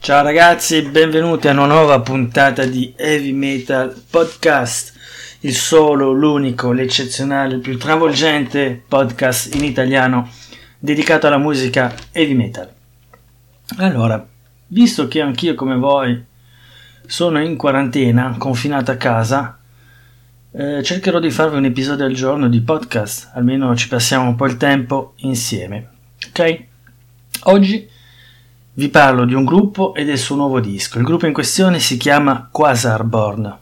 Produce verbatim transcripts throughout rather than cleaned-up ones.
Ciao ragazzi, benvenuti a una nuova puntata di Heavy Metal Podcast, il solo, l'unico, l'eccezionale, il più travolgente podcast in italiano dedicato alla musica heavy metal. Allora, visto che anch'io come voi sono in quarantena, confinato a casa, eh, cercherò di farvi un episodio al giorno di podcast, almeno ci passiamo un po' il tempo insieme, ok? Oggi vi parlo di un gruppo e del suo nuovo disco. Il gruppo in questione si chiama Quasarborn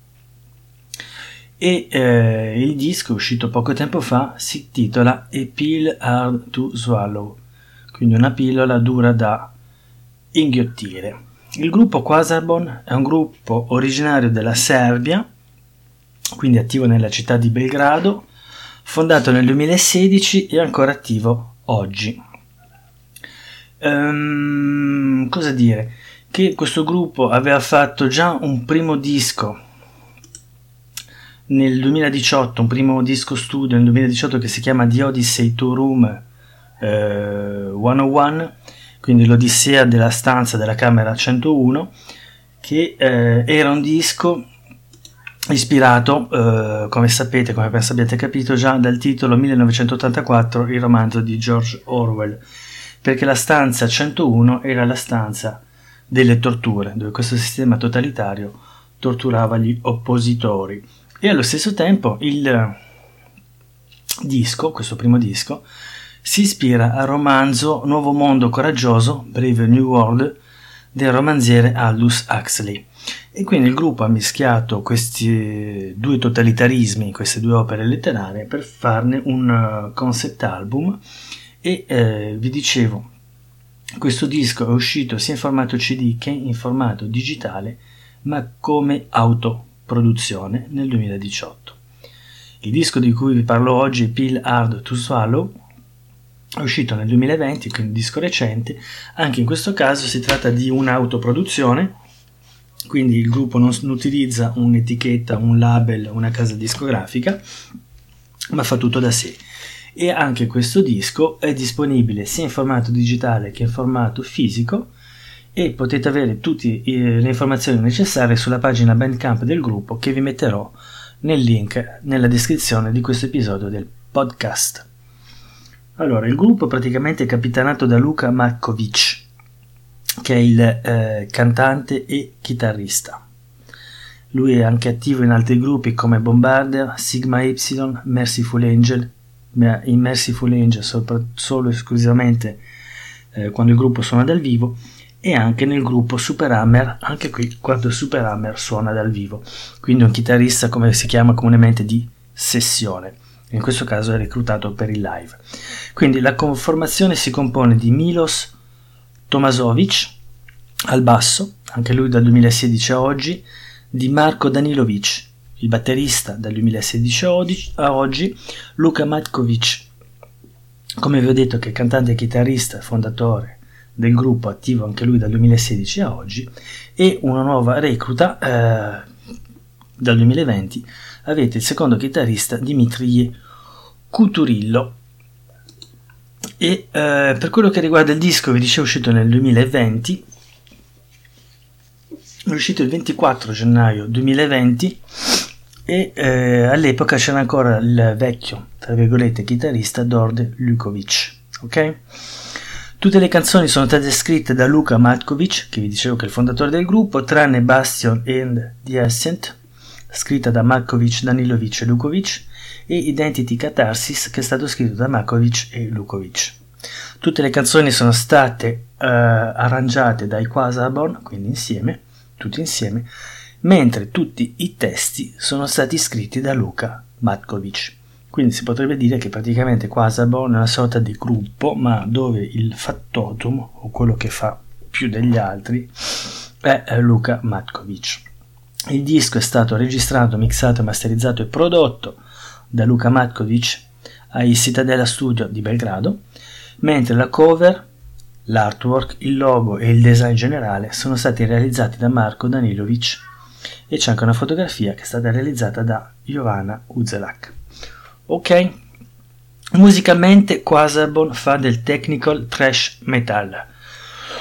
e eh, il disco, uscito poco tempo fa, si intitola A Pill Hard to Swallow, quindi una pillola dura da inghiottire. Il gruppo Quasarborn è un gruppo originario della Serbia, quindi attivo nella città di Belgrado, fondato nel duemilasedici e ancora attivo oggi. Um, cosa dire? Che questo gruppo aveva fatto già un primo disco nel duemiladiciotto, un primo disco studio nel duemiladiciotto che si chiama The Odyssey to Room eh, centouno, quindi l'Odissea della stanza della camera centouno, che eh, era un disco ispirato, eh, come sapete, come penso abbiate capito già, dal titolo millenovecentottantaquattro, il romanzo di George Orwell, perché la stanza centouno era la stanza delle torture, dove questo sistema totalitario torturava gli oppositori. E allo stesso tempo il disco, questo primo disco, si ispira al romanzo Nuovo Mondo Coraggioso, Brave New World, del romanziere Aldous Huxley. E quindi il gruppo ha mischiato questi due totalitarismi, queste due opere letterarie, per farne un concept album. E eh, vi dicevo, questo disco è uscito sia in formato C D che in formato digitale, ma come autoproduzione nel duemiladiciotto. Il disco di cui vi parlo oggi, Pill Hard to Swallow, è uscito nel duemilaventi, quindi un disco recente. Anche in questo caso si tratta di un'autoproduzione, quindi il gruppo non utilizza un'etichetta, un label, una casa discografica, ma fa tutto da sé. E anche questo disco è disponibile sia in formato digitale che in formato fisico, e potete avere tutte le informazioni necessarie sulla pagina Bandcamp del gruppo, che vi metterò nel link nella descrizione di questo episodio del podcast. Allora, il gruppo praticamente è capitanato da Luka Matkovic, che è il eh, cantante e chitarrista. Lui è anche attivo in altri gruppi come Bombardier, Sigma Epsilon, Merciful Angel, in Merciful Angel solo, solo esclusivamente eh, quando il gruppo suona dal vivo, e anche nel gruppo Super Hammer, anche qui quando Super Hammer suona dal vivo, quindi un chitarrista, come si chiama comunemente, di sessione. In questo caso è reclutato per il live. Quindi la conformazione si compone di Milos Tomasovic al basso, anche lui dal duemilasedici a oggi, di Marko Danilovic, il batterista dal duemilasedici a oggi, Luka Matkovic, come vi ho detto, che è cantante e chitarrista, fondatore del gruppo, attivo anche lui dal duemilasedici a oggi, e una nuova recluta eh, dal duemilaventi avete il secondo chitarrista Dimitrie Kuturillo. E eh, per quello che riguarda il disco, vi dicevo, è uscito nel duemilaventi, è uscito il ventiquattro gennaio duemilaventi, e eh, all'epoca c'era ancora il vecchio, tra virgolette, chitarrista Đorđe Luković, ok? Tutte le canzoni sono state scritte da Luka Matkovic, che vi dicevo che è il fondatore del gruppo, tranne Bastion and the Ascent, scritta da Matkovic, Danilovic e Lukovic, e Identity Catharsis, che è stato scritto da Matkovic e Lukovic. Tutte le canzoni sono state uh, arrangiate dai Quasarborn, quindi insieme, tutti insieme, mentre tutti i testi sono stati scritti da Luka Matkovic. Quindi si potrebbe dire che praticamente Quasarborn è una sorta di gruppo, ma dove il factotum, o quello che fa più degli altri, è Luka Matkovic. Il disco è stato registrato, mixato, masterizzato e prodotto da Luka Matkovic ai Citadella Studio di Belgrado, mentre la cover, l'artwork, il logo e il design generale sono stati realizzati da Marko Danilovic, e c'è anche una fotografia che è stata realizzata da Jovana Uzelak. Ok, musicalmente Quasarborn fa del technical thrash metal,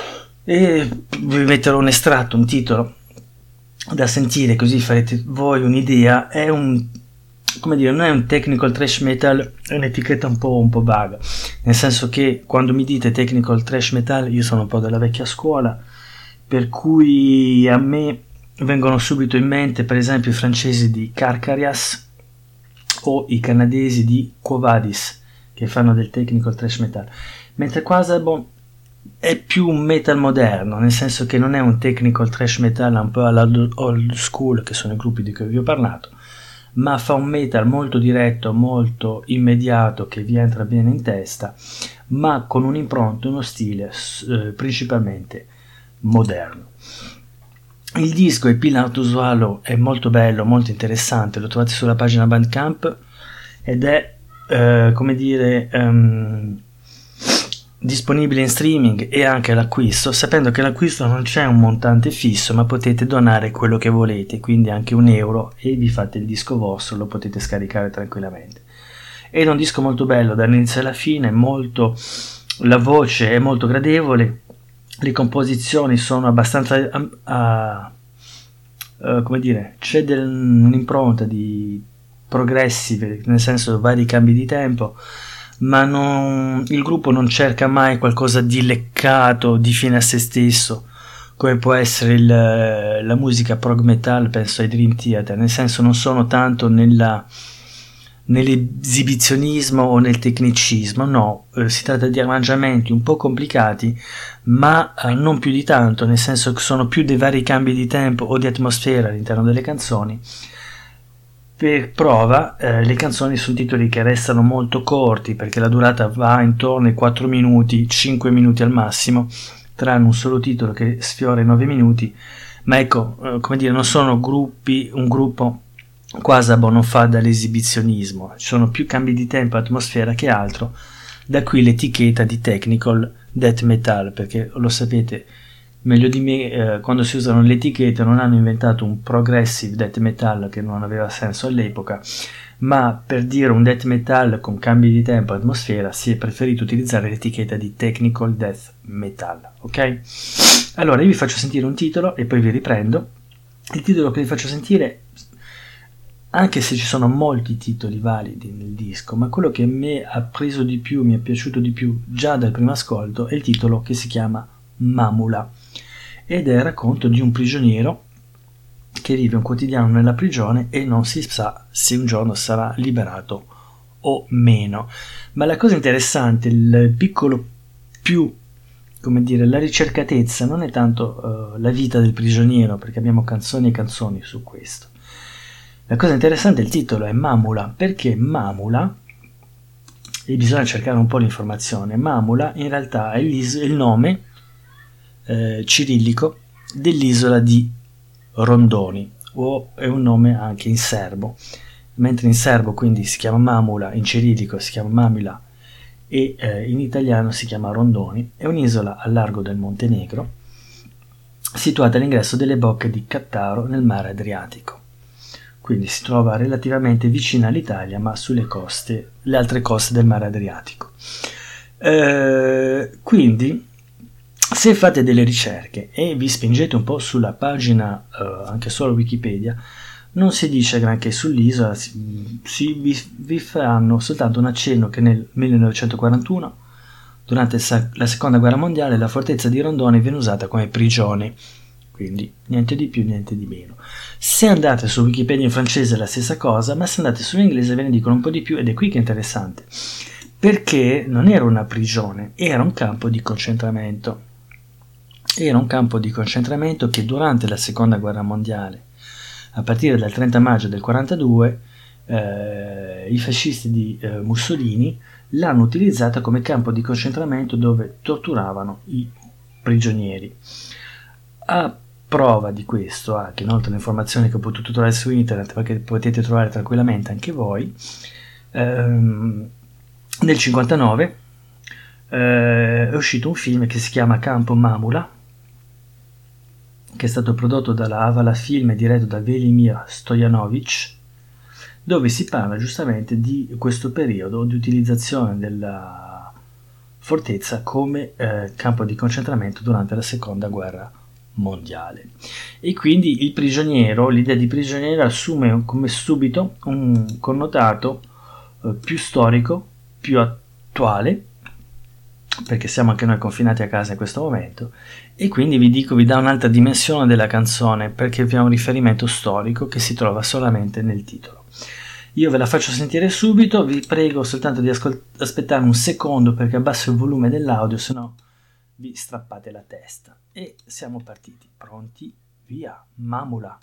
e vi metterò un estratto, un titolo da sentire, così farete voi un'idea. È un, come dire, non è un technical thrash metal, è un'etichetta un po', un po' vaga, nel senso che quando mi dite technical thrash metal io sono un po' della vecchia scuola, per cui a me vengono subito in mente per esempio i francesi di Carcarias o i canadesi di Quo Vadis, che fanno del technical thrash metal, mentre Quasarbo è più un metal moderno, nel senso che non è un technical thrash metal un po' alla old school, che sono i gruppi di cui vi ho parlato, ma fa un metal molto diretto, molto immediato, che vi entra bene in testa, ma con un'impronta, uno stile eh, principalmente moderno. Il disco è Pillar to Swallow, è molto bello, molto interessante, lo trovate sulla pagina Bandcamp ed è eh, come dire um, disponibile in streaming e anche all'acquisto, sapendo che all'acquisto non c'è un montante fisso, ma potete donare quello che volete, quindi anche un euro, e vi fate il disco vostro, lo potete scaricare tranquillamente. È un disco molto bello dall'inizio alla fine, molto, la voce è molto gradevole, le composizioni sono abbastanza uh, uh, come dire, c'è del, un'impronta di progressive, nel senso vari cambi di tempo, ma non, il gruppo non cerca mai qualcosa di leccato, di fine a se stesso, come può essere il, la musica prog metal, penso ai Dream Theater, nel senso non sono tanto nella nell'esibizionismo o nel tecnicismo, no, eh, si tratta di arrangiamenti un po' complicati, ma eh, non più di tanto, nel senso che sono più dei vari cambi di tempo o di atmosfera all'interno delle canzoni. Per prova, eh, le canzoni sono titoli che restano molto corti, perché la durata va intorno ai quattro minuti, cinque minuti al massimo, tranne un solo titolo che sfiora i nove minuti, ma ecco, eh, come dire, non sono gruppi, un gruppo Quasarbo non fa dall'esibizionismo, ci sono più cambi di tempo e atmosfera che altro, da qui l'etichetta di technical death metal, perché lo sapete meglio di me, eh, quando si usano le etichette non hanno inventato un progressive death metal che non aveva senso all'epoca, ma per dire un death metal con cambi di tempo e atmosfera si è preferito utilizzare l'etichetta di technical death metal, ok? Allora io vi faccio sentire un titolo e poi vi riprendo. Il titolo che vi faccio sentire, anche se ci sono molti titoli validi nel disco, ma quello che a me ha preso di più, mi è piaciuto di più già dal primo ascolto, è il titolo che si chiama Mamula, ed è il racconto di un prigioniero che vive un quotidiano nella prigione e non si sa se un giorno sarà liberato o meno. Ma la cosa interessante, il piccolo più, come dire, la ricercatezza non è tanto uh, la vita del prigioniero, perché abbiamo canzoni e canzoni su questo. La cosa interessante, il titolo è Mamula, perché Mamula, e bisogna cercare un po' l'informazione, Mamula in realtà è il nome eh, cirillico dell'isola di Rondoni, o è un nome anche in serbo, mentre in serbo quindi si chiama Mamula, in cirillico si chiama Mamula e eh, in italiano si chiama Rondoni. È un'isola al largo del Montenegro, situata all'ingresso delle bocche di Cattaro nel mare Adriatico. Quindi si trova relativamente vicina all'Italia, ma sulle coste, le altre coste del mare Adriatico. Eh, quindi, se fate delle ricerche e vi spingete un po' sulla pagina, eh, anche solo Wikipedia, non si dice granché sull'isola, si, si, vi, vi faranno soltanto un accenno che nel millenovecentoquarantuno, durante la seconda guerra mondiale, la fortezza di Rondoni viene usata come prigione. Quindi niente di più, niente di meno. Se andate su Wikipedia in francese è la stessa cosa, ma se andate sull'inglese ve ne dicono un po' di più, ed è qui che è interessante, perché non era una prigione, era un campo di concentramento. Era un campo di concentramento che durante la seconda guerra mondiale, a partire dal trenta maggio del quarantadue, eh, i fascisti di eh, Mussolini l'hanno utilizzata come campo di concentramento dove torturavano i prigionieri. A prova di questo, anche inoltre le informazioni che ho potuto trovare su internet, perché potete trovare tranquillamente anche voi, ehm, nel cinquantanove eh, è uscito un film che si chiama Campo Mamula, che è stato prodotto dalla Avala Film e diretto da Velimir Stojanovic, dove si parla giustamente di questo periodo di utilizzazione della fortezza come eh, campo di concentramento durante la seconda guerra mondiale. E quindi il prigioniero, l'idea di prigioniero assume come subito un connotato eh, più storico, più attuale, perché siamo anche noi confinati a casa in questo momento, e quindi vi dico, vi dà un'altra dimensione della canzone, perché vi ha un riferimento storico che si trova solamente nel titolo. Io ve la faccio sentire subito, vi prego soltanto di ascolt- aspettare un secondo perché abbasso il volume dell'audio, se no vi strappate la testa. E siamo partiti, pronti, via, mamula.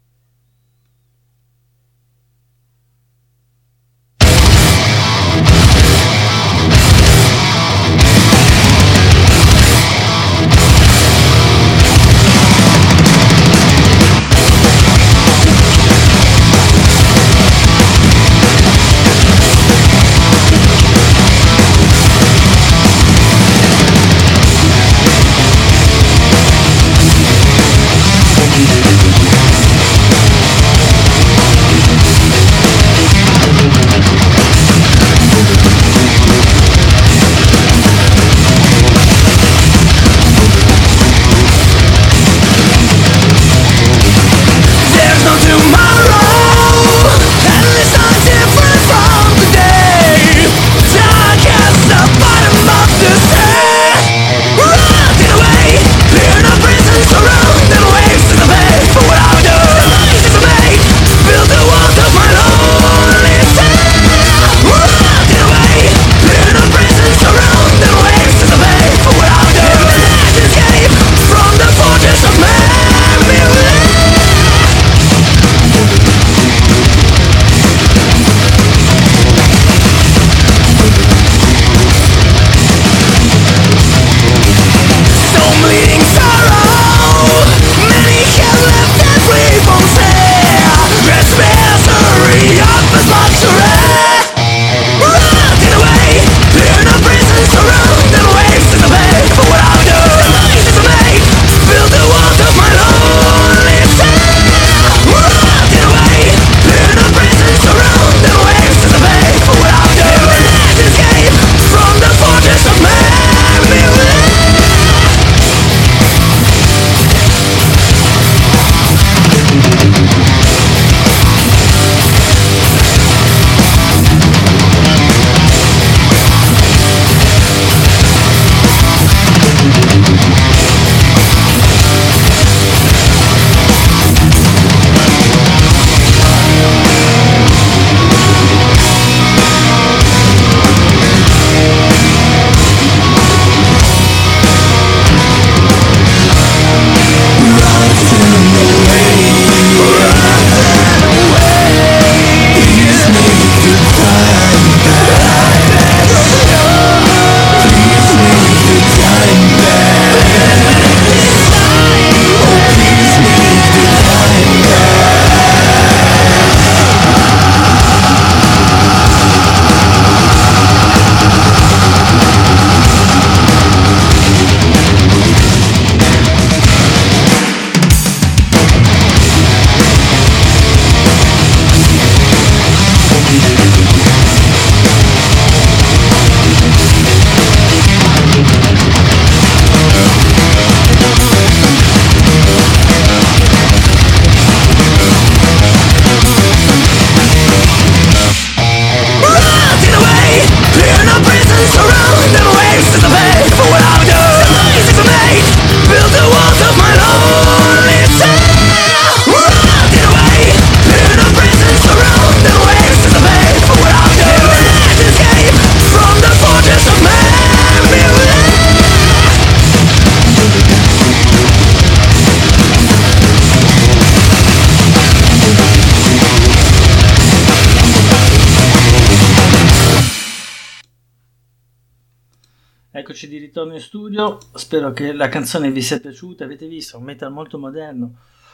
Eccoci di ritorno in studio, spero che la canzone vi sia piaciuta. Avete visto, un metal molto moderno,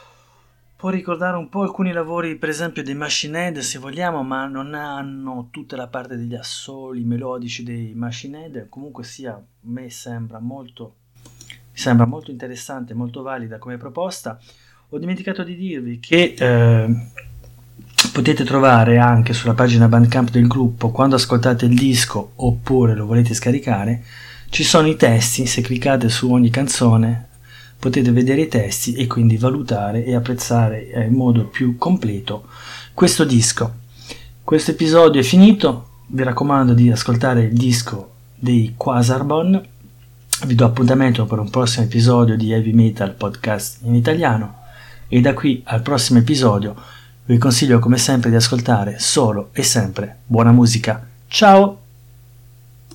può ricordare un po' alcuni lavori per esempio dei Machine Head se vogliamo, ma non hanno tutta la parte degli assoli melodici dei Machine Head. Comunque sia, a me sembra molto, mi sembra molto interessante, molto valida come proposta. Ho dimenticato di dirvi che eh, potete trovare anche sulla pagina Bandcamp del gruppo, quando ascoltate il disco oppure lo volete scaricare, Ci sono i testi, se cliccate su ogni canzone potete vedere i testi e quindi valutare e apprezzare in modo più completo questo disco. Questo episodio è finito, vi raccomando di ascoltare il disco dei Quasarbon, vi do appuntamento per un prossimo episodio di Heavy Metal Podcast in italiano e da qui al prossimo episodio vi consiglio come sempre di ascoltare solo e sempre buona musica. Ciao!